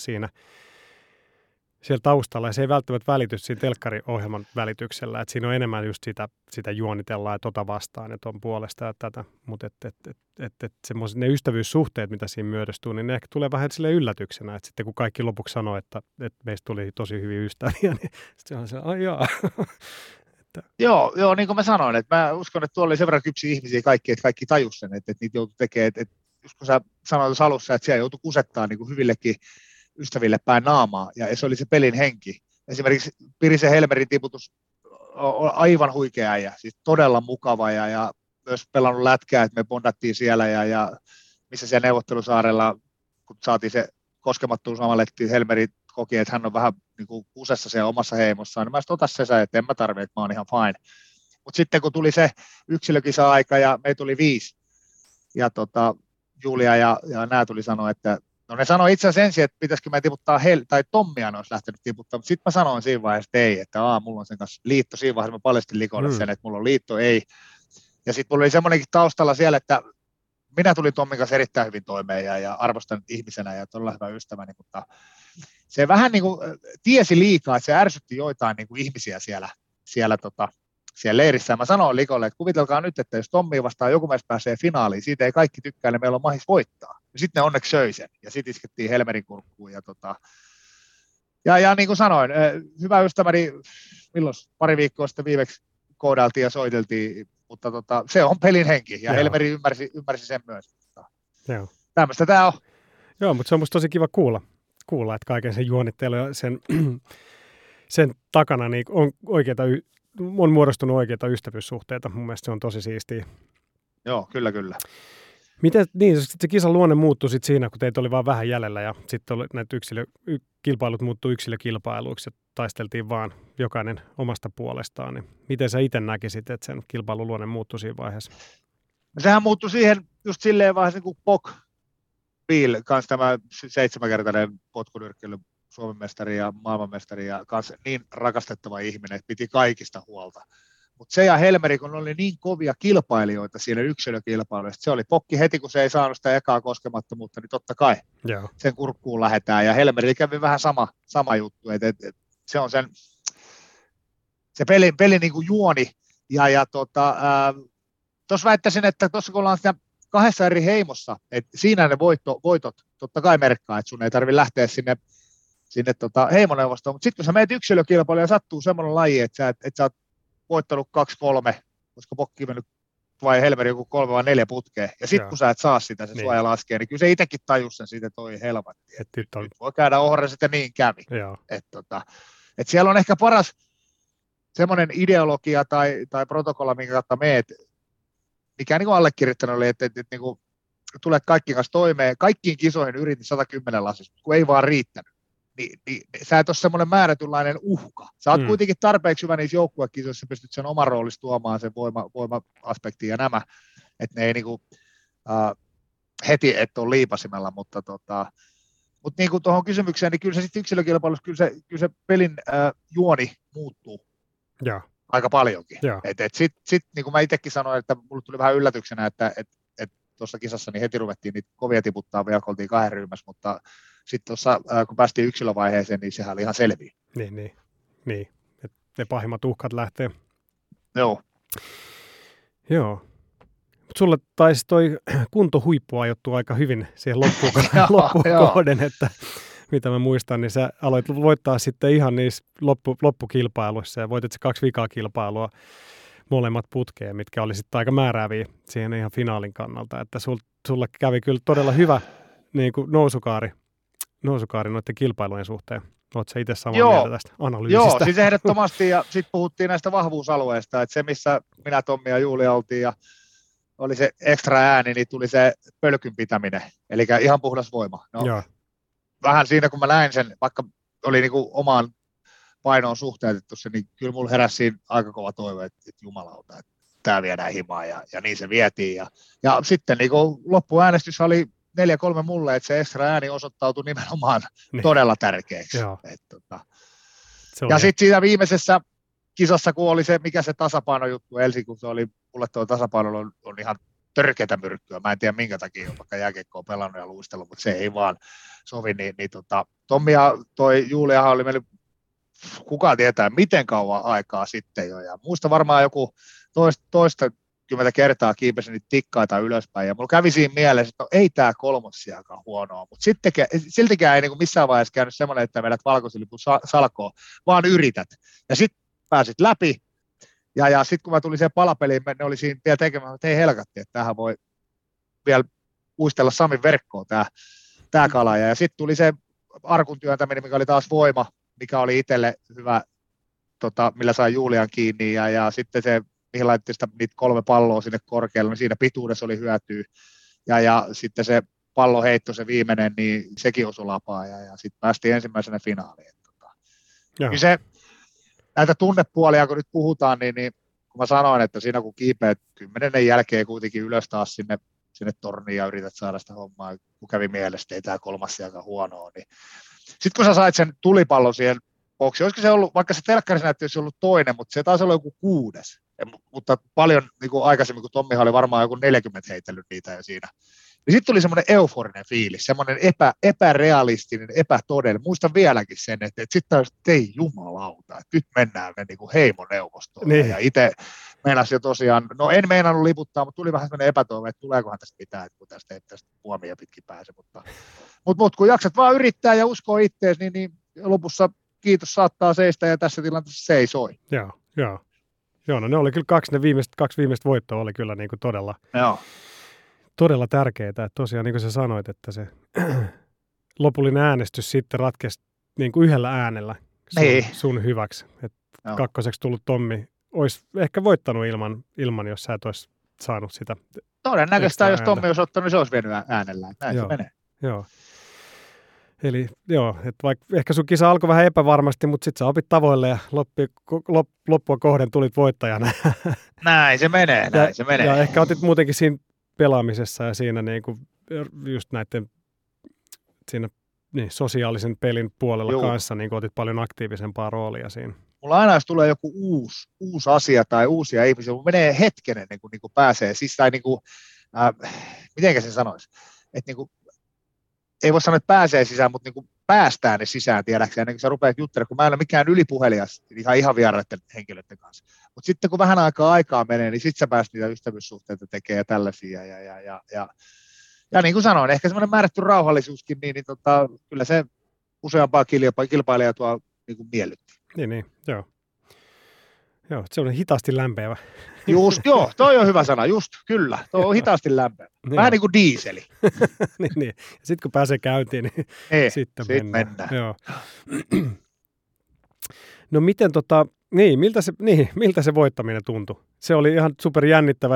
siellä taustalla, ja se ei välttämättä välity siinä telkkariohjelman välityksellä, että siinä on enemmän just sitä juonitellaan ja vastaan ja ton puolesta ja tätä, mutta semmoiset ne ystävyyssuhteet, mitä siinä myödostuu, niin ne ehkä tulee vähän sille yllätyksenä, että sitten kun kaikki lopuksi sanoo, että meistä tuli tosi hyviä ystäviä, niin sitten on se, jaa. Joo, niin kuin mä sanoin, että mä uskon, että tuolla oli sen verran kypsiä ihmisiä kaikki, että kaikki tajus sen, että niitä joutui tekemään, että just kun sä sanoit tuossa alussa, että siellä joutui kusettaa niin kuin hyvillekin ystäville päin naamaa, ja se oli se pelin henki. Esimerkiksi Pirisen Helmerin tiputus on aivan huikea äijä, siis todella mukava, ja myös pelannut lätkää, että me bondattiin siellä, ja missä siellä neuvottelusaarella, kun saatiin se koskemattomuus omallettiin, Helmeri koki, että hän on vähän niin kuin kusessa siellä omassa heimossaan, niin mä sitten otas se, että en mä tarvitse, että mä oon ihan fine. Mutta sitten kun tuli se yksilökisa-aika, ja meitä tuli 5, ja Julia ja nämä tuli sanoa, että no ne sanoi itse asiassa ensin, että pitäisikö mä tiputtaa tai Tommia ne olisi lähtenyt tiputtaa, mutta sitten mä sanoin siinä vaiheessa, että ei, että mulla on sen kanssa liitto. Siinä vaiheessa mä paljastin Likolle sen, että mulla on liitto, ei. Ja sitten mulla oli semmoinenkin taustalla siellä, että minä tulin Tommin kanssa erittäin hyvin toimeen ja arvostan ihmisenä ja todella hyvä ystäväni, mutta se vähän niin kuin tiesi liikaa, että se ärsytti joitain niin kuin ihmisiä siellä leirissä. Ja mä sanoin Likolle, että kuvitelkaa nyt, että jos Tommi vastaan joku mies pääsee finaaliin, siitä ei kaikki tykkää, niin meillä on mahis voittaa. Ja sitten ne onneksi söi sen, ja sitten iskettiin Helmerin kurkkuun. Ja niin kuin sanoin, hyvä ystäväni, milloin pari viikkoa sitten viimeksi koodailtiin ja soiteltiin, mutta se on pelin henki, ja Helmeri ymmärsi sen myös. Tämmöistä tämä on. Joo, mutta se on musta tosi kiva kuulla, että kaiken sen juonittelun ja sen takana niin on muodostunut oikeita ystävyyssuhteita. Mun mielestä se on tosi siistiä. Joo, kyllä. Miten, niin, se kisan luonne muuttui sitten siinä, kun teitä oli vaan vähän jäljellä ja sitten näitä kilpailut muuttui yksilökilpailuiksi ja taisteltiin vaan jokainen omasta puolestaan. Niin miten sä itse näkisit, että sen kilpailun luonne muuttui siinä vaiheessa? Sehän muuttui siihen just silleen vaiheessa, kun Pok Bill, kanssa tämä 7-kertainen potkunyrkkeily Suomen mestari ja maailmanmestari ja kanssa niin rakastettava ihminen, että piti kaikista huolta. Mutta se ja Helmeri, kun oli niin kovia kilpailijoita siinä yksilökilpailuissa, se oli Pokki heti, kun se ei saanut sitä ekaa koskemattomuutta, niin totta kai sen kurkkuun lähdetään. Ja Helmeri kävi vähän sama juttu, että se on se pelin niin kuin juoni Tuossa väittäisin, että tuossa kun ollaan siinä kahdessa eri heimossa, että siinä ne voitot totta kai merkkaa, että sun ei tarvitse lähteä sinne heimoneuvostoon, mutta sitten kun sä meet yksilökilpailuun ja sattuu semmoinen laji, että sä oot voittanut 2-3, koska pokki mennyt vai helveri joku 3 vai 4 putkeen, ja sitten kun sä et saa sitä, se suoja laskee, niin kyllä se itsekin tajus sen siitä, toi helvatti. Nyt voi käydä ohraset ja niin kävi. Että siellä on ehkä paras semmoinen ideologia tai protokolla, minkä kautta meet, mikä niin kuin allekirjoittanut oli, että niin kuin tulet kaikkien kanssa toimeen, kaikkiin kisoihin yritin 110 lasista, kun ei vaan riittänyt. Niin sä et ole semmoinen määrätynlainen uhka. Sä oot kuitenkin tarpeeksi hyvä niissä joukkuekisoissa, pystyt sen oman roolissa tuomaan sen voima-aspektiin ja nämä, että ne ei niinku, heti et ole liipasimella, mutta niinku tuohon kysymykseen, niin kyllä se sitten yksilökilpailussa, kyllä se pelin juoni muuttuu aika paljonkin. Sitten niin kuin mä itsekin sanoin, että mulle tuli vähän yllätyksenä, että tuossa kisassa niin heti ruvettiin niitä kovia tiputtaa, vielä oltiin 2 ryhmässä, mutta sitten tuossa, kun päästiin yksilövaiheeseen, niin sehän oli ihan selviä. Niin. Et ne pahimmat uhkat lähtee. Joo. Mutta sulle taisi toi kuntohuippu ajoittua aika hyvin siihen loppukohden, että mitä mä muistan, niin sä aloit voittaa sitten ihan niissä loppukilpailuissa ja voitit se 2 vikaa kilpailua molemmat putkeen, mitkä oli sitten aika määrääviä siihen ihan finaalin kannalta, että sulla kävi kyllä todella hyvä niin kuin nousukaari noiden kilpailujen suhteen. Oletko sä itse samaa mieltä tästä analyysistä? Joo, siis ehdottomasti, ja sitten puhuttiin näistä vahvuusalueista, että se missä minä, Tommi ja Julia oltiin, ja oli se ekstra ääni, niin tuli se pölkyn pitäminen, eli ihan puhdas voima. No, vähän siinä, kun mä näin sen, vaikka oli niinku omaan painoon suhteutettu se, niin kyllä mulla heräsi siinä aika kova toive, että jumalauta, että tämä viedään himaan, ja niin se vietiin. Ja sitten niinku loppuäänestys oli 4-3 mulle, että se ekstra ääni osoittautui nimenomaan todella tärkeäksi. Ja sitten siinä viimeisessä kisassa, kun oli se, mikä se tasapainojuttu Elsi, kun se oli, mulle tuo tasapaino on ihan törkeätä myrkkyä. Mä en tiedä minkä takia, vaikka jääkiekko on pelannut ja luistellut, mutta se ei vaan sovi. Tommi ja toi Juliahan oli meillä, kukaan tietää miten kauan aikaa sitten jo. Ja muista varmaan joku toista 10 kertaa kiipesin niitä tikkaita ylöspäin, ja mulla kävi siinä mielessä, että no, ei tämä kolmossiakaan huonoa, mutta siltikään ei niin kuin missään vaiheessa käynyt semmoinen, että vedät valkoisilipun salkoon, vaan yrität. Ja sitten pääsit läpi, ja sitten kun mä tulin siihen palapeliin, ne oli siinä vielä tekemään, että hei helkatti, että tämähän voi vielä uistella Samin verkkoon tämä kala, ja sitten tuli se arkun työntäminen, mikä oli taas voima, mikä oli itselle hyvä, millä sai Julian kiinni, ja sitten se mihin laitettiin niitä 3 palloa sinne korkealle, niin siinä pituudessa oli hyötyä. Ja sitten se palloheitto, se viimeinen, niin sekin osui lapaa, ja sitten päästiin ensimmäisenä finaaliin. Niin se, näitä tunnepuolia, kun nyt puhutaan, niin kun mä sanoin, että siinä kun kiipeät 10 jälkeen kuitenkin ylös taas sinne torniin ja yrität saada sitä hommaa, kun kävi mielestä, ei tämä kolmassiakaan huonoa, niin sitten kun sä sait sen tulipallon siihen boksiin, olisiko se ollut, vaikka se telkkarissa näytti, olisi ollut toinen, mutta se taisi olla joku 6. Mutta paljon niin kuin aikaisemmin, kun Tommihan oli varmaan joku 40 heitellyt niitä jo siinä. Niin sitten tuli semmoinen euforinen fiilis, semmoinen epärealistinen, epätodellinen. Muistan vieläkin sen, että sitten taas, että ei jumalauta, että nyt mennään ne niin kuin heimoneuvostoon. Niin. Ja itse meinasin jo tosiaan, no en meinannut liputtaa, mutta tuli vähän semmoinen epätoive, että tuleekohan tästä mitään, kun tästä ei tästä puomia pitkin pääse. Mutta kun jaksat vaan yrittää ja uskoo itteesi, niin lopussa kiitos saattaa seistä ja tässä tilanteessa seisoi. Joo, no ne oli kyllä 2 viimeistä voittoa oli kyllä niin kuin todella tärkeitä. Että tosiaan niin kuin sä sanoit, että se lopullinen äänestys sitten ratkesi niin kuin yhdellä äänellä sun hyväksi. Et kakkoseksi tullut Tommi olisi ehkä voittanut ilman, jos sä et olisi saanut sitä. Todennäköistä, jos Tommi olisi ottanut, niin se olisi vienyt äänellä. Näin se menee. Joo. Eli että vaikka ehkä sun kisa alkoi vähän epävarmasti, mutta sitten sä opit tavoille ja loppua kohden tulit voittajana. Näin se menee. Ja ehkä otit muutenkin siinä pelaamisessa ja siinä niinku just näiden siinä sosiaalisen pelin puolella kanssa niin otit paljon aktiivisempaa roolia siinä. Mulla aina jos tulee joku uusi asia tai uusia ihmisiä, mun menee hetken ennen kuin niinku pääsee, siis tai niinku, mitenkä sen sanoisi, että niinku, ei voi sanoa, että pääsee sisään, mutta niinku päästään ne sisään, tiedäksä, ennen kuin sä rupeat juttelemaan, kun mä en ole mikään ylipuhelias ihan vieraiden henkilöiden kanssa. Mutta sitten kun vähän aikaa menee, niin sitten sä pääset niitä ystävyyssuhteita tekemään ja tällaisia. Ja niin kuin sanoin, ehkä semmoinen määrätty rauhallisuuskin, niin kyllä se useampaa kilpailijaa tuo niin kuin miellytti. Niin, joo. Joo, se on hitaasti lämpeävä. Just, joo, toi on hyvä sana, just, kyllä. Tuo on hitaasti lämpeä. Vähän niin kuin diiseli. niin. Ja sitten kun pääsee käyntiin, niin sitten mennään. Joo. No miten miltä se voittaminen tuntui? Se oli ihan super jännittävä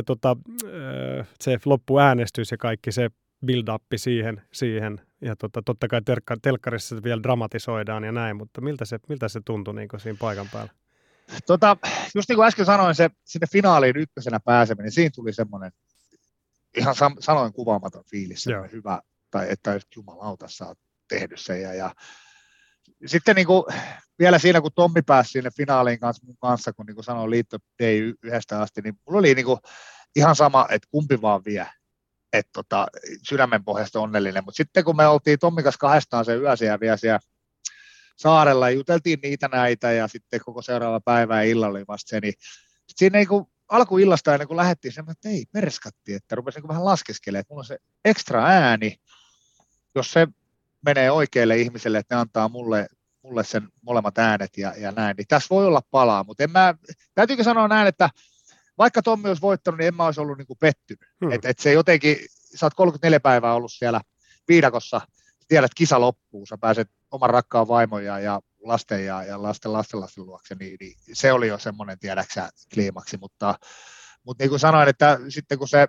se loppuäänestys ja kaikki se build-up siihen. Ja totta kai telkkarissa se vielä dramatisoidaan ja näin, mutta miltä se tuntui niin kuin siinä paikan päällä? Just niin kuin äsken sanoin, se sinne finaaliin ykkösenä pääseminen, siinä tuli semmoinen ihan sanoin kuvaamaton fiilis, semmoinen hyvä, tai että jumalauta sä oot tehnyt sen. Ja sitten niin kuin, vielä siinä, kun Tommi pääsi sinne finaaliin kanssa mun kanssa, kun niin kuin sanoin liitto tei yhdestä asti, niin mulla oli niin kuin ihan sama, että kumpi vaan vie. Että sydämen pohjasta onnellinen, mutta sitten kun me oltiin Tommin kanssa kahdestaan sen yösiä vielä siellä saarella, juteltiin niitä näitä ja sitten koko seuraava päivä ja illalla oli vasta se, niin siinä niin alkuillasta ennen kuin lähdettiin semmoinen, että ei perskatti, että rupesi niin vähän laskeskelemaan, että mulla on se ekstra ääni, jos se menee oikealle ihmiselle, että ne antaa mulle sen molemmat äänet ja näin, niin tässä voi olla palaa, mutta täytyykö sanoa näin, että vaikka Tommi olisi voittanut, niin en mä olisi ollut niin kuin pettynyt. Että se jotenkin, sä oot 34 päivää ollut siellä viidakossa, tiedät, että kisa loppuu, sä pääset oman rakkaan vaimon ja lasten ja lasten luokse, niin se oli jo semmoinen, tiedäksä, kliimaksi, mutta niin kuin sanoin, että sitten kun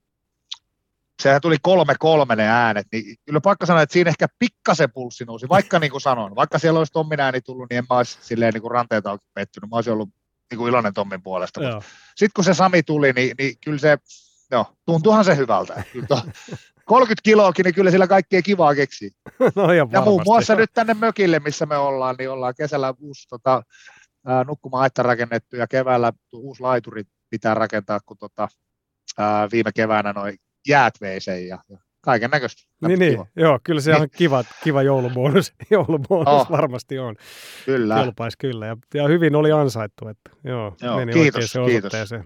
sehän tuli 3-3 ne äänet, niin kyllä pakko sanoa, että siinä ehkä pikkasen pulssi nousi, vaikka niin kuin sanoin, vaikka siellä olisi Tommin ääni tullut, niin en mä olisi silleen niin kuin ranteita auki pettynyt, mä olisin ollut niin kuin iloinen Tommin puolesta. Sitten kun se Sami tuli, niin kyllä se, tuntuuhan se hyvältä. 30 kiloakin, niin kyllä sillä kaikkea kivaa keksii. No ja muun muassa nyt tänne mökille, missä me ollaan, niin ollaan kesällä uusi nukkuma-aitta rakennettu ja keväällä uusi laituri pitää rakentaa, kun viime keväänä noi jäät vei sen ja kaiken näköistä. Niin, joo, kyllä se on kiva joulubonus varmasti on. Kyllä. Kelpaisi kyllä ja hyvin oli ansaittu, että joo meni kiitos. osoitteeseen.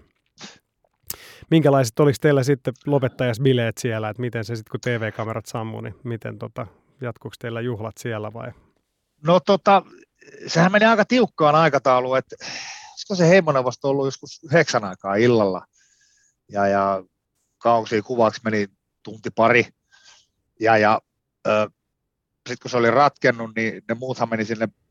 Minkälaiset oliko teillä sitten lopettajasbileet siellä, että miten se sitten kun TV-kamerat sammui, niin miten jatkuiko teillä juhlat siellä vai? No sehän meni aika tiukkaan aikatauluun, että olisiko se heimoneuvosto ollut joskus 9 aikaa illalla ja kausia kuvaksi meni tunti pari ja sitten kun se oli ratkennut, niin ne muuthan meni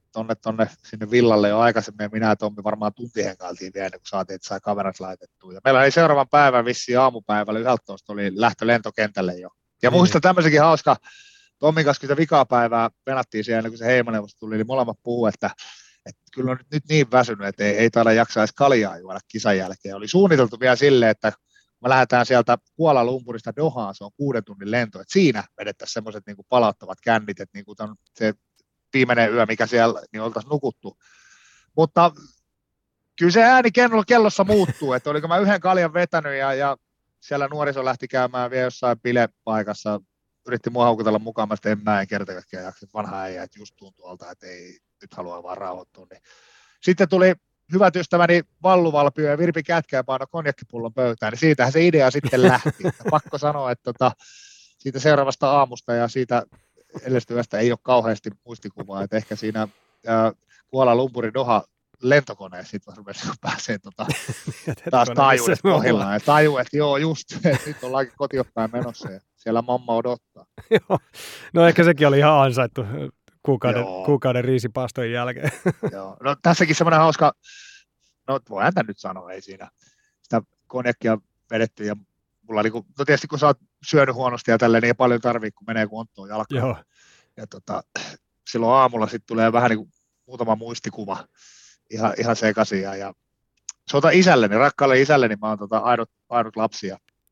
sinne villalle jo aikaisemmin, ja minä ja Tommi varmaan tunti hengailtiin vielä, kun saatiin, että sai kamerat laitettua. Ja meillä oli seuraavan päivän vissiin aamupäivällä 11 oli lähtö lentokentälle jo. Ja muistan tämmöisenkin hauska, Tommin kanssa, kun sitä vikapäivää venattiin siellä, kun se heimoneuvosto tuli, niin molemmat puhuu, että kyllä on nyt niin väsynyt, että ei taida jaksaa edes kaljaa juoda kisan jälkeen. Oli suunniteltu vielä silleen, että me lähdetään sieltä Kuala Lumpurista Dohaan, se on 6 tunnin lento, että siinä vedettäisiin semmoiset niin kuin palauttavat kännit, että niin kuin se viimeinen yö, mikä siellä, niin oltaisiin nukuttu. Mutta kyllä se ääni kellossa muuttuu, että oliko mä yhden kaljan vetänyt ja siellä nuoriso lähti käymään vielä jossain bilepaikassa, yritti mua haukutella mukaan, mä en kerta kaikkiaan jaksa, vanha äijä, että just tuntuu alta, että ei nyt halua vaan rauhoittua. Niin. Sitten tuli hyvät ystäväni Vallu Valpio ja Virpi Kätkä ja paino konjakkipullon pöytään, niin siitähän se idea sitten lähti. Pakko sanoa, että siitä seuraavasta aamusta ja siitä edellistyvästä ei ole kauheasti muistikuvaa, että ehkä siinä Kuala Lumpurin Doha lentokoneessa sitten rupesi pääsee taas taajuudesta pohjillaan ja taju, että joo just, että nyt ollaankin kotioppäin menossa ja siellä mamma odottaa. Joo. No ehkä sekin oli ihan ansaittu kuukauden riisipaastojen jälkeen. Joo. No tässäkin semmoinen hauska, no voi häntä nyt sanoa, ei siinä sitä konjakkia vedetty ja mulla oli, no tietysti kun sä oot syönyt huonosti ja tälleen, niin ei paljon tarvitse, kun menee kun onttoon jalkaan. Joo. Ja silloin aamulla sitten tulee vähän niin kuin muutama muistikuva ihan sekaisin. Ja soitan isälleni, rakkaalle isälleni, mä oon ainut lapsi.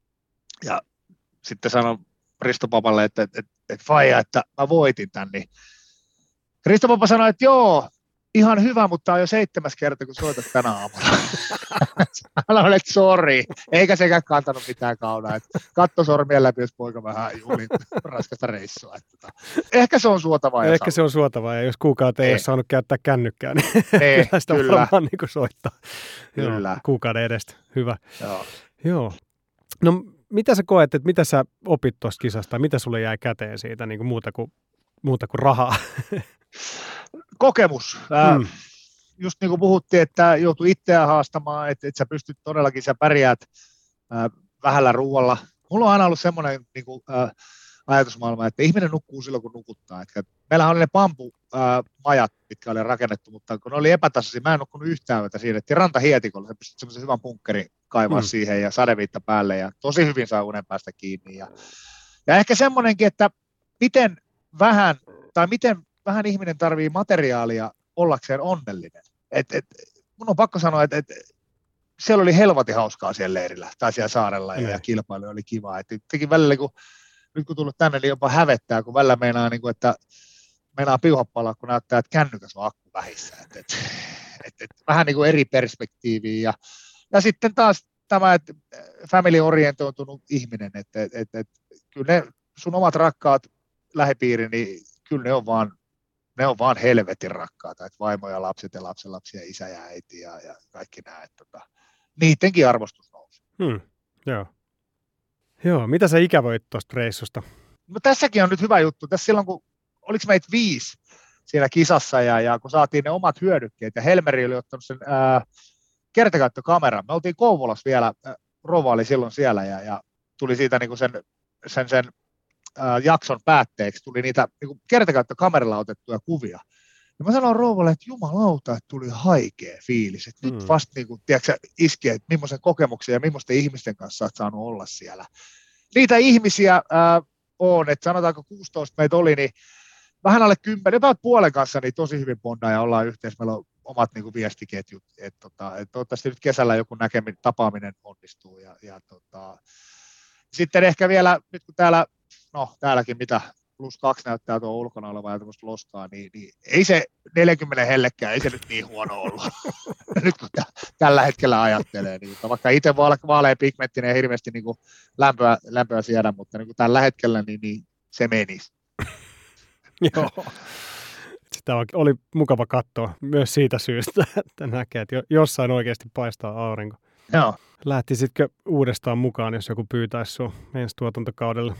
Ja sitten sanon Risto Papalle, että faija, että mä voitin tän. Niin Risto Papa sanoi, että joo, ihan hyvä, mutta tämä on jo 7. kerta, kun soitat tänä aamulla. Sanoin, että sori. Eikä sekään kantanut mitään kaunaa. Katso sormien läpi, jos poika vähän juhlii raskasta reissua. Ehkä se on suotavaa. Ehkä se on suotavaa, ja jos kuukautta ei ole saanut käyttää kännykkää, niin kyllä sitä varmaan niin soittaa. Kyllä. Joo, kuukauden edestä. Hyvä. Joo. No, mitä sä koet, että mitä sä opit tuosta kisasta? Mitä sulle jäi käteen siitä niin kuin muuta kuin rahaa? Kokemus. Just niin kuin puhuttiin, että joutuu itseään haastamaan, että sä pystyt todellakin, sä pärjäät vähällä ruualla. Mulla on aina ollut semmoinen niin kuin, ajatusmaailma, että ihminen nukkuu silloin, kun nukuttaa. Että meillähän oli ne bambumajat, mitkä oli rakennettu, mutta kun ne oli epätasaisia, mä en nukkunut yhtään yötä siinä, että rantahietikolla sä pystyt semmoisen hyvän bunkkerin kaivaa siihen ja sadeviitta päälle ja tosi hyvin saa unen päästä kiinni. Ja ehkä semmoinenkin, että miten vähän ihminen tarvii materiaalia ollakseen onnellinen. Mun on pakko sanoa, että siellä oli helvatin hauskaa siellä leirillä tai siellä saarella ja kilpailu oli kiva. Tekin välillä, nyt kun tullut tänne, niin jopa hävettää, kun välillä meinaa piuhat palaa, kun näyttää, että kännykäs on akku vähissä. Vähän niin kuin eri perspektiiviä. Ja sitten taas tämä, että family-orientoitunut ihminen, että kyllä ne sun omat rakkaat lähipiiri, niin kyllä ne on vaan helvetin rakkaata, että vaimo ja lapset ja lapsenlapsia ja isä ja äiti ja kaikki nämä, että niidenkin arvostus nousi. Joo, mitä sä ikävöit tuosta reissusta? No tässäkin on nyt hyvä juttu. Tässä silloin, kun oliko meitä 5 siinä kisassa ja kun saatiin ne omat hyödykkeet ja Helmeri oli ottanut sen kertakäyttökameran. Me oltiin Kouvolassa vielä, rouva oli silloin siellä ja tuli siitä niin kuin sen jakson päätteeksi tuli niitä niin kertakäyttökameralla otettuja kuvia. Ja mä sanoin rouvalle, että jumalauta, että tuli haikea fiilis. Että nyt vasta niin kuin, tiedätkö, iski, että millaisen kokemuksen ja millaisten ihmisten kanssa olet saanut olla siellä. Niitä ihmisiä on, että sanotaanko 16 meitä oli, niin vähän alle 10, jotain puolen kanssa niin tosi hyvin bondaa ja ollaan yhteensä. Meillä on omat niin kuin viestiketjut. Että toivottavasti nyt kesällä joku tapaaminen onnistuu. Sitten ehkä vielä, nyt kun täälläkin mitä +2 näyttää tuo ulkona oleva ja tämmöistä loskaa, niin ei se 40 hellekään, ei se nyt niin huono ollut. Nyt kun tällä hetkellä ajattelee, niin vaikka itse vaalea pigmenttinen ei hirveästi niin kuin lämpöä siedä, mutta niin kuin tällä hetkellä niin se menisi. Joo. Sitä oli mukava katsoa myös siitä syystä, että näkee, että jossain oikeasti paistaa aurinko. Joo. Lähtisitkö uudestaan mukaan, jos joku pyytäisi sinua ensi tuotantokaudelle?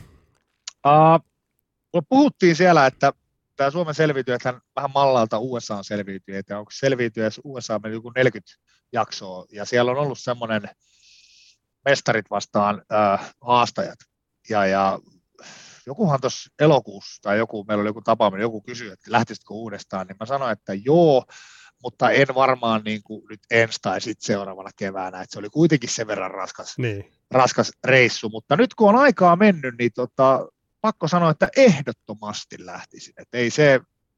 Puhuttiin siellä, että tämä Suomen selviytyjäthän vähän mallalta USA:n selviytyjä, että onko selviytyjä USA meni joku 40 jaksoa, ja siellä on ollut semmoinen mestarit vastaan haastajat, ja jokuhan tuossa elokuussa, tai meillä oli joku tapaaminen, joku kysyi, että lähtisitkö uudestaan, niin mä sanoin, että joo, mutta en varmaan niin kuin nyt ensi tai sitten seuraavana keväänä, että se oli kuitenkin sen verran raskas reissu, mutta nyt kun on aikaa mennyt, niin pakko sanoa, että ehdottomasti lähtisin, että ei se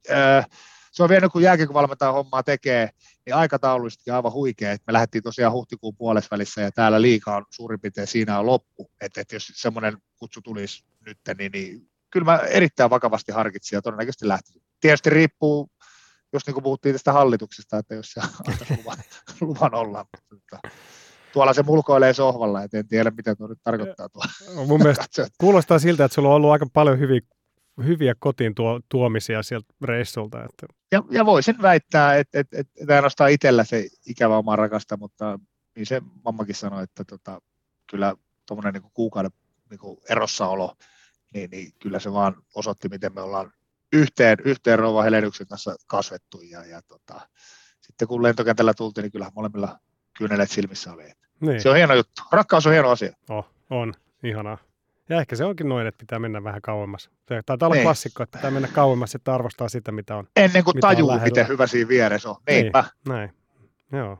on vielä kun jääkiekkovalmentajan hommaa tekee, niin aikatauluisesti aivan huikea, että me lähdettiin tosiaan huhtikuun puolesvälissä ja täällä liiga on suurin piirtein siinä on loppu, että jos semmoinen kutsu tulisi nyt, niin kyllä mä erittäin vakavasti harkitsin ja todennäköisesti lähtisin. Tietysti riippuu, jos niin kuin puhuttiin tästä hallituksesta, että jos se antaisi luvan olla, mutta tuolla se mulkoilee sohvalla, et en tiedä, mitä tuo nyt tarkoittaa tuolla. Mun mielestä kuulostaa siltä, että sulla on ollut aika paljon hyviä kotiin tuomisia sieltä reissulta. Että. Ja voisin väittää, että ainoastaan itsellä se ikävä omaa rakasta, mutta niin se mammakin sanoi, että kyllä tuommoinen niin kuukauden niin erossaolo, niin kyllä se vaan osoitti, miten me ollaan yhteen rouva Helenyksen kanssa kasvettu. Ja sitten kun lentokentällä tultiin, niin kyllähän molemmilla kyynelet silmissä oli. Niin. Se on hieno juttu. Rakkaus on hieno asia. On. Ihanaa. Ja ehkä se onkin noin, että pitää mennä vähän kauemmas. Taitaa olla klassikko, että pitää mennä kauemmas, että arvostaa sitä, mitä on. Ennen kuin tajuu, miten hyvä siinä vieressä on. Niinpä. Näin. Joo.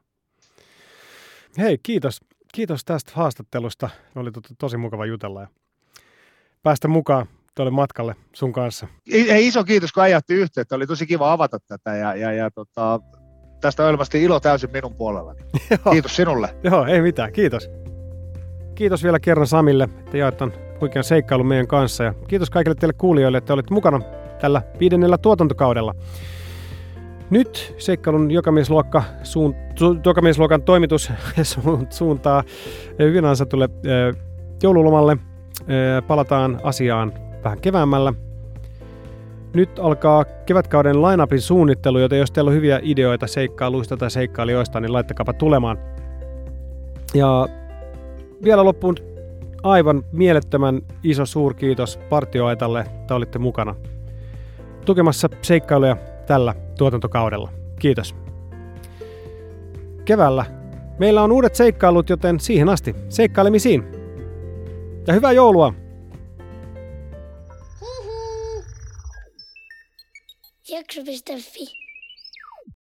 Hei, kiitos tästä haastattelusta. Oli tosi mukava jutella ja päästä mukaan tuolle matkalle sun kanssa. Ei iso kiitos, kun äijätti yhteyttä. Oli tosi kiva avata tätä ja tästä ohjelmasta ilo täysin minun puolellani. Kiitos sinulle. Joo, ei mitään. Kiitos. Kiitos vielä kerran Samille, että jaoit tämän huikean seikkailun meidän kanssa. Ja kiitos kaikille teille kuulijoille, että olette mukana tällä 5. tuotantokaudella. Nyt seikkailun jokamiesluokan toimitus suuntaa hyvin ansaitulle joululomalle. Palataan asiaan vähän keväämällä. Nyt alkaa kevätkauden line-upin suunnittelu, joten jos teillä on hyviä ideoita seikkailuista tai seikkailijoista, niin laittakaapa tulemaan. Ja vielä loppuun aivan mielettömän iso suurkiitos partioaitalle, että olitte mukana tukemassa seikkailuja tällä tuotantokaudella. Kiitos. Keväällä meillä on uudet seikkailut, joten siihen asti seikkailemisiin. Ja hyvää joulua! Jakso.fi